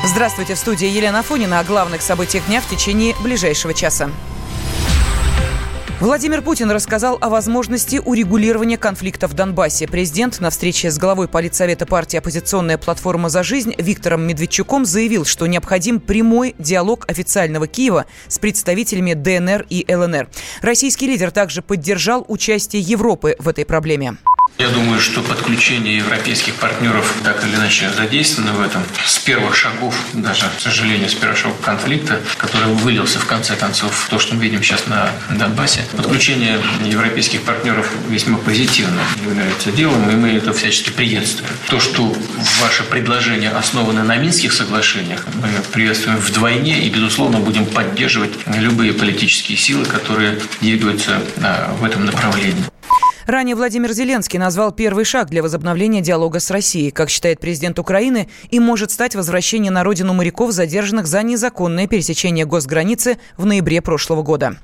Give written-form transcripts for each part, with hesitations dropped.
Здравствуйте, в студии Елена Афонина о главных событиях дня в течение ближайшего часа. Владимир Путин рассказал о возможности урегулирования конфликта в Донбассе. Президент на встрече с главой Политсовета партии «Оппозиционная платформа за жизнь» Виктором Медведчуком заявил, что необходим прямой диалог официального Киева с представителями ДНР и ЛНР. Российский лидер также поддержал участие Европы в этой проблеме. Я думаю, что подключение европейских партнеров так или иначе задействовано в этом. С первых шагов, даже, к сожалению, с первых шагов конфликта, который вылился в конце концов в то, что мы видим сейчас на Донбассе, подключение европейских партнеров весьма позитивно является делом, и мы это всячески приветствуем. То, что ваши предложения основаны на Минских соглашениях, мы приветствуем вдвойне и, безусловно, будем поддерживать любые политические силы, которые двигаются в этом направлении. Ранее Владимир Зеленский назвал первый шаг для возобновления диалога с Россией. Как считает президент Украины, им может стать возвращение на родину моряков, задержанных за незаконное пересечение госграницы в ноябре прошлого года.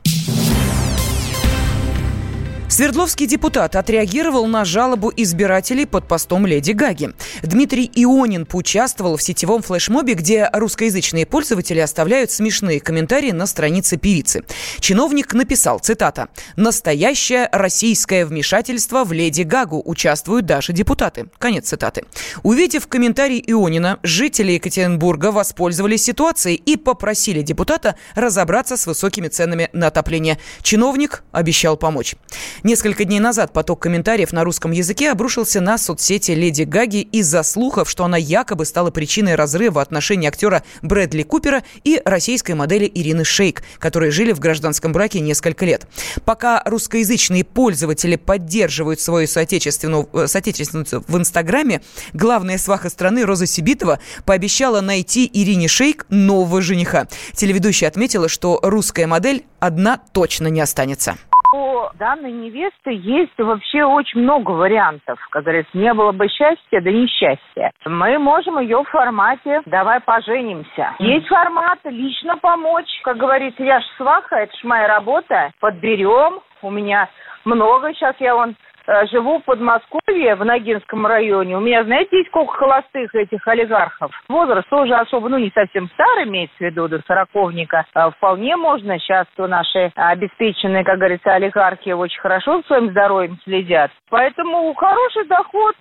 Свердловский депутат отреагировал на жалобу избирателей под постом Леди Гаги. Дмитрий Ионин поучаствовал в сетевом флешмобе, где русскоязычные пользователи оставляют смешные комментарии на странице певицы. Чиновник написал, цитата, «Настоящее российское вмешательство в Леди Гагу. Участвуют даже депутаты». Конец цитаты. Увидев комментарий Ионина, жители Екатеринбурга воспользовались ситуацией и попросили депутата разобраться с высокими ценами на отопление. Чиновник обещал помочь. Несколько дней назад поток комментариев на русском языке обрушился на соцсети Леди Гаги из-за слухов, что она якобы стала причиной разрыва отношений актера Брэдли Купера и российской модели Ирины Шейк, которые жили в гражданском браке несколько лет. Пока русскоязычные пользователи поддерживают свою соотечественницу в Инстаграме, главная сваха страны Роза Сибитова пообещала найти Ирине Шейк нового жениха. Телеведущая отметила, что русская модель одна точно не останется. У данной невесты есть вообще очень много вариантов. Как говорится, не было бы счастья, да несчастья. Мы можем ее в формате «давай поженимся». Есть формат «лично помочь». Как говорится, я ж сваха, это ж моя работа. Подберем. У меня много. Сейчас я живу в Подмосковье, в Ногинском районе. У меня, знаете, есть сколько холостых этих олигархов. Возраст тоже особо, не совсем старый, имеется в виду, до сороковника. Вполне можно. Сейчас наши обеспеченные, как говорится, олигархи очень хорошо за своим здоровьем следят. Поэтому хороший доход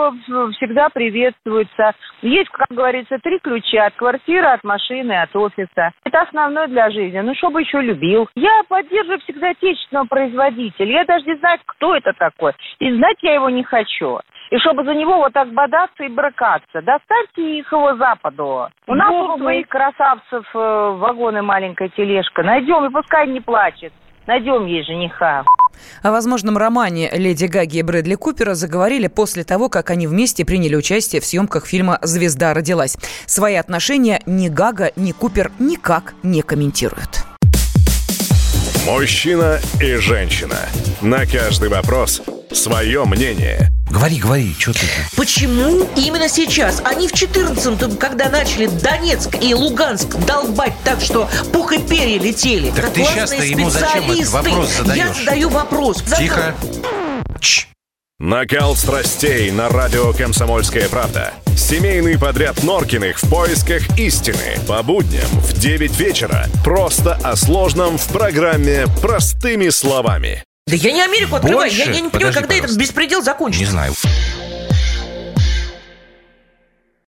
всегда приветствуется. Есть, как говорится, 3 ключа: от квартиры, от машины, от офиса. Это основное для жизни. Чтобы еще любил. Я поддерживаю всегда отечественного производителя. Я даже не знаю, кто это такой. И знать я его не хочу. И чтобы за него вот так бодаться и брыкаться. Доставьте их его Западу. У нас у своих красавцев вагон и маленькая тележка. Найдем, и пускай не плачет. Найдем ей жениха. О возможном романе Леди Гаги и Брэдли Купера заговорили после того, как они вместе приняли участие в съемках фильма «Звезда родилась». Свои отношения ни Гага, ни Купер никак не комментируют. Мужчина и женщина. На каждый вопрос свое мнение. Говори, что ты? Почему именно сейчас? Они в 14-м, когда начали Донецк и Луганск долбать так, что пух и перья летели. Так ты сейчас-то ему зачем этот вопрос задаешь? Я задаю вопрос. Тихо. Накал страстей на радио «Комсомольская правда». Семейный подряд Норкиных в поисках истины. По будням в 9 вечера. Просто о сложном в программе «Простыми словами». Да я не Америку открываю. Я не понимаю, когда пожалуйста. этот беспредел закончится. Не знаю.